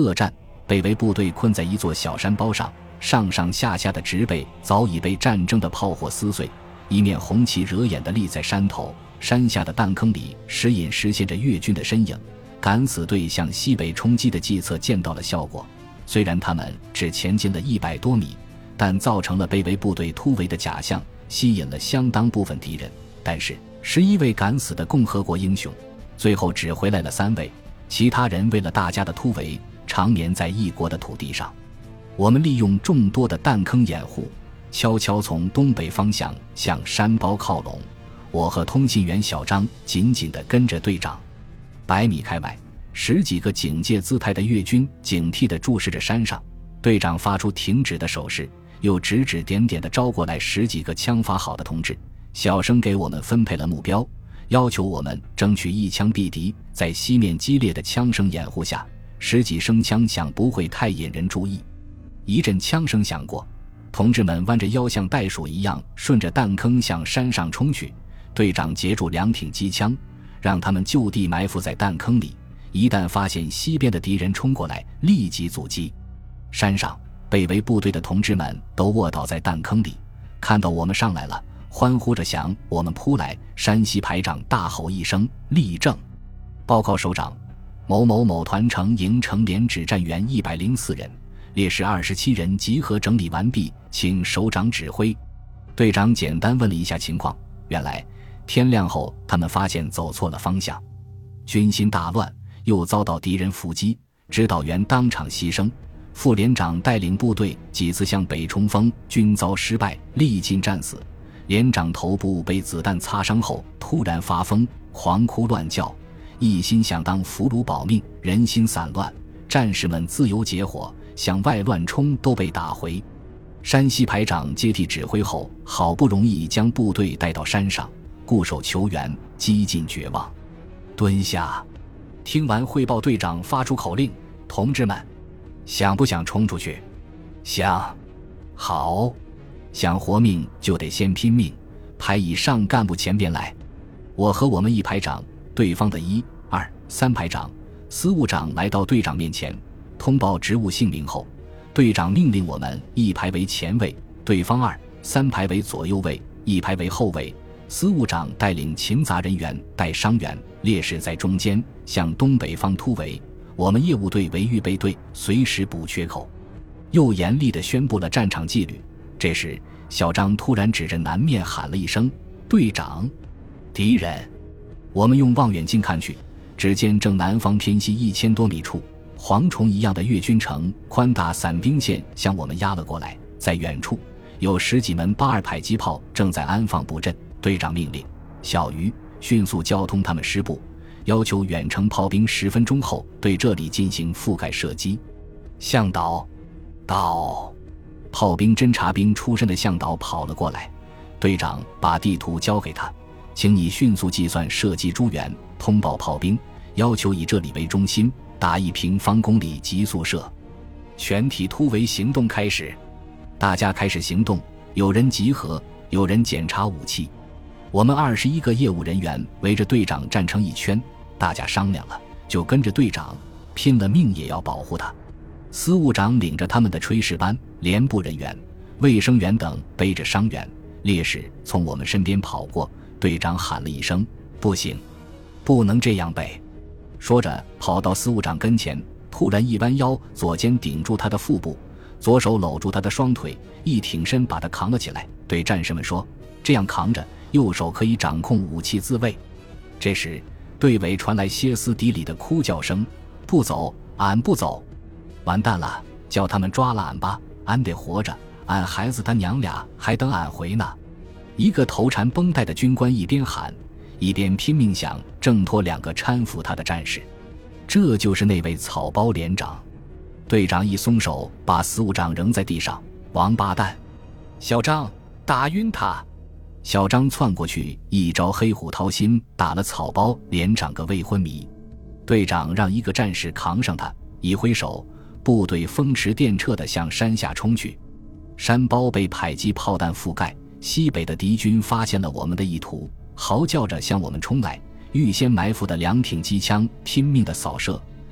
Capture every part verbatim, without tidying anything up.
恶战，北魏部队困在一座小山包上，上上下下的植被早已被战争的炮火撕碎，一面红旗惹眼地立在山头，山下的弹坑里时隐时现着越军的身影。敢死队向西北冲击的计策见到了效果，虽然他们只前进了一百多米，但造成了北魏部队突围的假象，吸引了相当部分敌人。但是十一位敢死的共和国英雄，最后只回来了三位，其他人为了大家的突围，长眠在异国的土地上。我们利用众多的弹坑掩护，悄悄从东北方向向山包靠拢。我和通信员小张紧紧地跟着队长。百米开外，十几个警戒姿态的越军警惕地注视着山上，队长发出停止的手势，又指指点点地招过来十几个枪法好的同志，小声给我们分配了目标，要求我们争取一枪毙敌。在西面激烈的枪声掩护下，十几声枪响不会太引人注意。一阵枪声响过，同志们弯着腰像袋鼠一样顺着弹坑向山上冲去，队长截住两挺机枪，让他们就地埋伏在弹坑里，一旦发现西边的敌人冲过来，立即阻击。山上北魏部队的同志们都卧倒在弹坑里，看到我们上来了，欢呼着向我们扑来。山西排长大吼一声：立正！报告首长，某某某团成营成连指战员一百零四人，烈士二十七人集合整理完毕，请首长指挥。队长简单问了一下情况，原来天亮后他们发现走错了方向，军心大乱，又遭到敌人伏击，指导员当场牺牲。副连长带领部队几次向北冲锋，均遭失败，历尽战死。连长头部被子弹擦伤后突然发疯，狂哭乱叫，一心想当俘虏保命，人心散乱，战士们自由结伙向外乱冲，都被打回。山西排长接替指挥后，好不容易将部队带到山上，固守求援，几近绝望。蹲下！听完汇报，队长发出口令：同志们，想不想冲出去？想。好，想活命就得先拼命，排以上干部前边来。我和我们一排长，对方的一、二、三排长、司务长来到队长面前，通报职务姓名后，队长命令我们一排为前位，对方二、三排为左右位，一排为后位。司务长带领勤杂人员带伤员烈士在中间向东北方突围，我们业务队为预备队，随时补缺口。又严厉地宣布了战场纪律。这时小张突然指着南面喊了一声：队长！敌人！我们用望远镜看去，只见正南方偏西一千多米处，蝗虫一样的越军城宽大伞兵线向我们压了过来。在远处有十几门八二迫击炮正在安放布阵。队长命令小鱼迅速交通他们师部，要求远程炮兵十分钟后对这里进行覆盖射击。向导到！炮兵侦察兵出身的向导跑了过来，队长把地图交给他，请你迅速计算射击诸元，通报炮兵，要求以这里为中心，打一平方公里急速射。全体突围行动开始。大家开始行动，有人集合，有人检查武器。我们二十一个业务人员围着队长站成一圈，大家商量了，就跟着队长，拼了命也要保护他。司务长领着他们的炊事班、连部人员、卫生员等背着伤员、烈士从我们身边跑过，队长喊了一声：不行，不能这样背。说着跑到司务长跟前，突然一弯腰，左肩顶住他的腹部，左手搂住他的双腿，一挺身把他扛了起来，对战士们说：这样扛着，右手可以掌控武器自卫。这时队尾传来歇斯底里的哭叫声：不走，俺不走！完蛋了，叫他们抓了俺吧，俺得活着，俺孩子他娘俩还等俺回呢。一个头缠绷带的军官一边喊，一边拼命想挣脱两个搀扶他的战士。这就是那位草包连长。队长一松手，把司务长扔在地上。王八蛋！小张，打晕他！小张窜过去，一招黑虎掏心，打了草包连长个未昏迷。队长让一个战士扛上他，一挥手，部队风驰电掣地向山下冲去。山包被迫击炮弹覆盖，西北的敌军发现了我们的意图，嚎叫着向我们冲来。预先埋伏的两挺机枪拼命地扫射，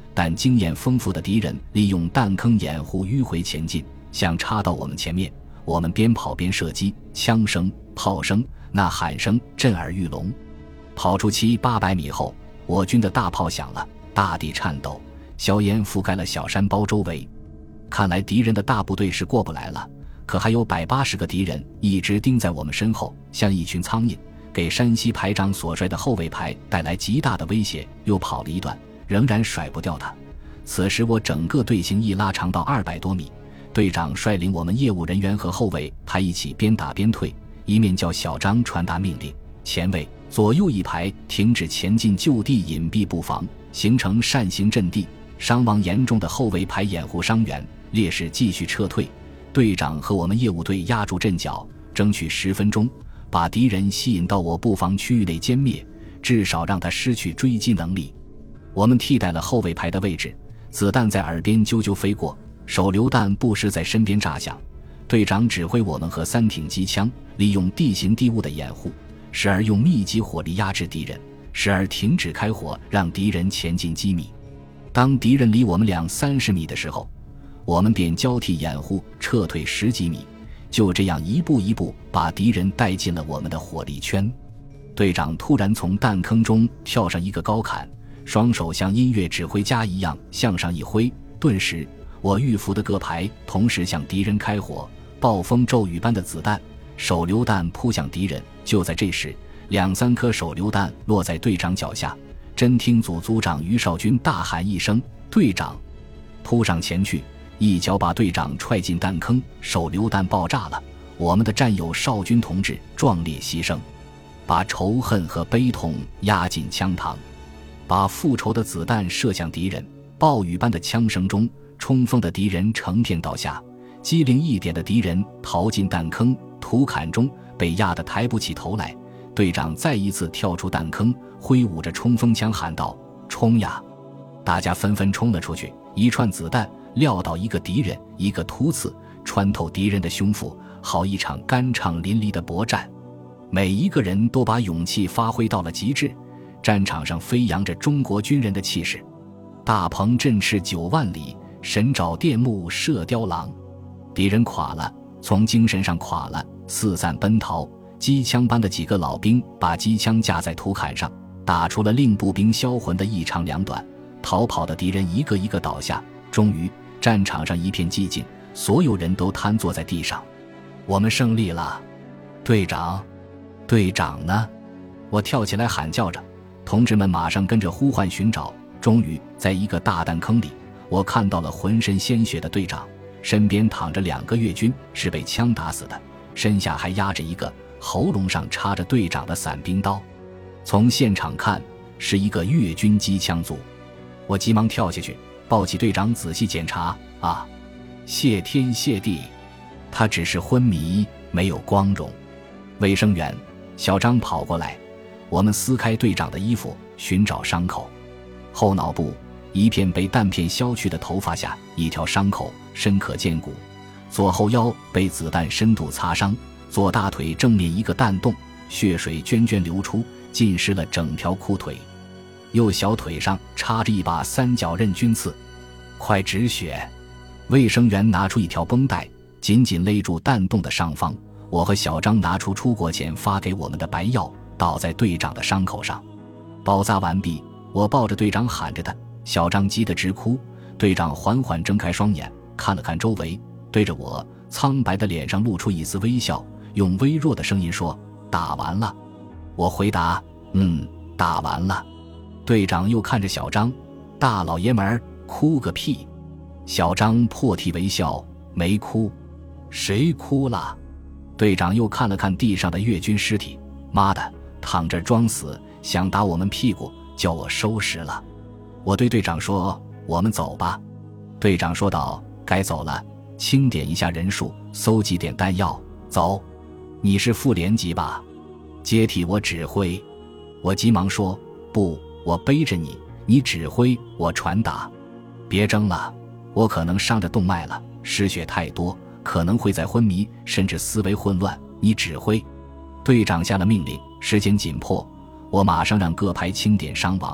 但经验丰富的敌人利用弹坑掩护迂回前进，想插到我们前面。我们边跑边射击，枪声、炮声、呐喊声震耳欲聋。跑出七八百米后，我军的大炮响了，大地颤抖，硝烟覆盖了小山包周围。看来敌人的大部队是过不来了，可还有百八十个敌人一直盯在我们身后，像一群苍蝇，给山西排长所率的后卫排带来极大的威胁。又跑了一段，仍然甩不掉他。此时我整个队形一拉长到二百多米，队长率领我们业务人员和后卫排一起边打边退，一面叫小张传达命令：前卫、左右一排停止前进，就地隐蔽布防，形成扇形阵地。伤亡严重的后卫排掩护伤员，烈士继续撤退。队长和我们业务队压住阵脚，争取十分钟，把敌人吸引到我布防区域内歼灭，至少让他失去追击能力。我们替代了后卫排的位置，子弹在耳边啾啾飞过，手榴弹不时在身边炸响。队长指挥我们和三挺机枪利用地形地物的掩护，时而用密集火力压制敌人，时而停止开火，让敌人前进几米。当敌人离我们两三十米的时候，我们便交替掩护撤退十几米，就这样一步一步把敌人带进了我们的火力圈。队长突然从弹坑中跳上一个高坎，双手像音乐指挥家一样向上一挥，顿时我预伏的各排同时向敌人开火，暴风骤雨般的子弹、手榴弹扑向敌人。就在这时，两三颗手榴弹落在队长脚下，侦听组组长于少军大喊一声：队长！扑上前去，一脚把队长踹进弹坑，手榴弹爆炸了。我们的战友少军同志壮烈牺牲，把仇恨和悲痛压进枪膛，把复仇的子弹射向敌人。暴雨般的枪声中，冲锋的敌人成片倒下，机灵一点的敌人逃进弹坑、土坎中，被压得抬不起头来。队长再一次跳出弹坑，挥舞着冲锋枪喊道：冲呀！大家纷纷冲了出去，一串子弹撂倒一个敌人，一个突刺穿透敌人的胸腹，好一场酣畅淋漓的搏战。每一个人都把勇气发挥到了极致，战场上飞扬着中国军人的气势。大鹏振翅九万里，神爪电目射雕狼。敌人垮了，从精神上垮了，四散奔逃。机枪班的几个老兵把机枪架在土坎上，打出了令步兵销魂的一长两短。逃跑的敌人一个一个倒下，终于战场上一片寂静，所有人都瘫坐在地上。我们胜利了。队长，队长呢？我跳起来喊叫着，同志们马上跟着呼唤寻找。终于在一个大弹坑里，我看到了浑身鲜血的队长，身边躺着两个越军，是被枪打死的，身下还压着一个，喉咙上插着队长的伞兵刀。从现场看，是一个越军机枪组。我急忙跳下去，抱起队长仔细检查。啊，谢天谢地，他只是昏迷，没有光荣。卫生员小张跑过来，我们撕开队长的衣服，寻找伤口。后脑部一片被弹片削去的头发下一条伤口，深可见骨。左后腰被子弹深度擦伤，左大腿正面一个弹洞，血水涓涓流出，浸湿了整条裤腿。右小腿上插着一把三角刃军刺，快止血。卫生员拿出一条绷带，紧紧勒住弹洞的上方。我和小张拿出出国前发给我们的白药，倒在队长的伤口上。包扎完毕，我抱着队长喊着他，小张急得直哭。队长缓缓睁开双眼，看了看周围，对着我苍白的脸上露出一丝微笑，用微弱的声音说：打完了。我回答：嗯，打完了。队长又看着小张：大老爷们儿，哭个屁。小张破涕为笑：没哭。谁哭了？队长又看了看地上的越军尸体：妈的，躺着装死，想打我们屁股，叫我收拾了。我对队长说：我们走吧。队长说道：该走了，清点一下人数，搜集点弹药，走。你是副连级吧？接替我指挥。我急忙说：不，我背着你，你指挥，我传达。别争了，我可能伤着动脉了，失血太多，可能会在昏迷，甚至思维混乱，你指挥。队长下了命令，时间紧迫，我马上让各排清点伤亡，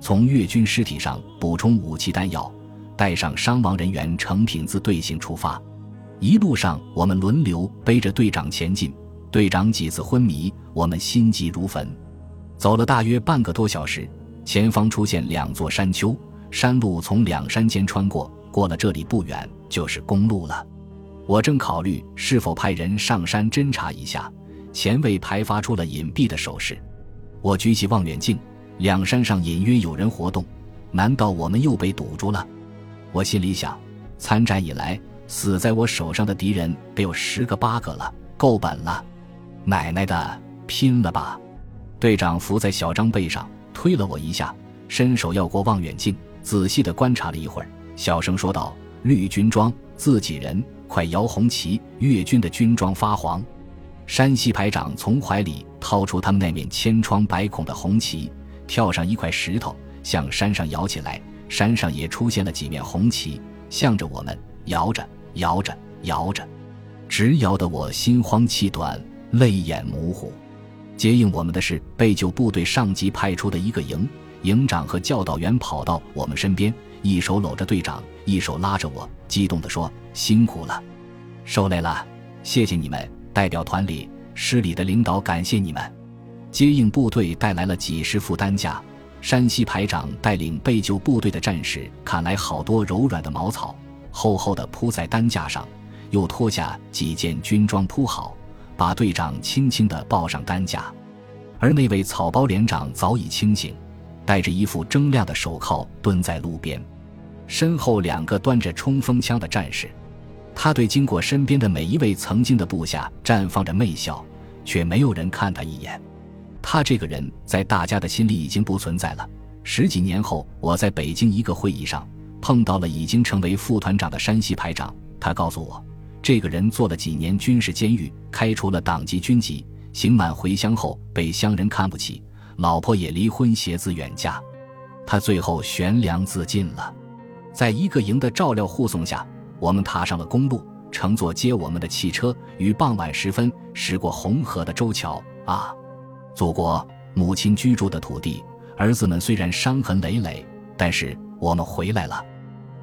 从越军尸体上补充武器弹药，带上伤亡人员成品字队形出发。一路上我们轮流背着队长前进，队长几次昏迷，我们心急如焚。走了大约半个多小时，前方出现两座山丘，山路从两山间穿过，过了这里不远就是公路了。我正考虑是否派人上山侦查一下，前卫排发出了隐蔽的手势。我举起望远镜，两山上隐约有人活动，难道我们又被堵住了？我心里想，参战以来死在我手上的敌人得有十个八个了，够本了。奶奶的，拼了吧！队长伏在小张背上推了我一下，伸手要过望远镜，仔细地观察了一会儿，小声说道：绿军装，自己人，快摇红旗，越军的军装发黄。山西排长从怀里掏出他们那面千疮百孔的红旗，跳上一块石头向山上摇起来，山上也出现了几面红旗，向着我们摇着摇着摇着，直摇得我心慌气短，泪眼模糊。接应我们的是被救部队上级派出的一个营，营长和教导员跑到我们身边，一手搂着队长，一手拉着我，激动地说：辛苦了，受累了，谢谢你们，代表团里师里的领导感谢你们。接应部队带来了几十副担架，山西排长带领被救部队的战士砍来好多柔软的茅草，厚厚地铺在担架上，又脱下几件军装铺好，把队长轻轻地抱上担架。而那位草包连长早已清醒，戴着一副铮亮的手铐蹲在路边，身后两个端着冲锋枪的战士。他对经过身边的每一位曾经的部下绽放着媚笑，却没有人看他一眼。他这个人在大家的心里已经不存在了。十几年后，我在北京一个会议上碰到了已经成为副团长的山西排长，他告诉我，这个人做了几年军事监狱，开除了党籍军籍，刑满回乡后被乡人看不起，老婆也离婚携子远嫁，他最后悬梁自尽了。在一个营的照料护送下，我们踏上了公路，乘坐接我们的汽车，于傍晚时分驶过红河的周桥。啊，祖国，母亲居住的土地，儿子们虽然伤痕累累，但是我们回来了。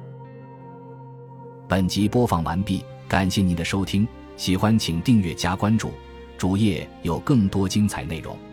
本集播放完毕，感谢您的收听，喜欢请订阅加关注，主页有更多精彩内容。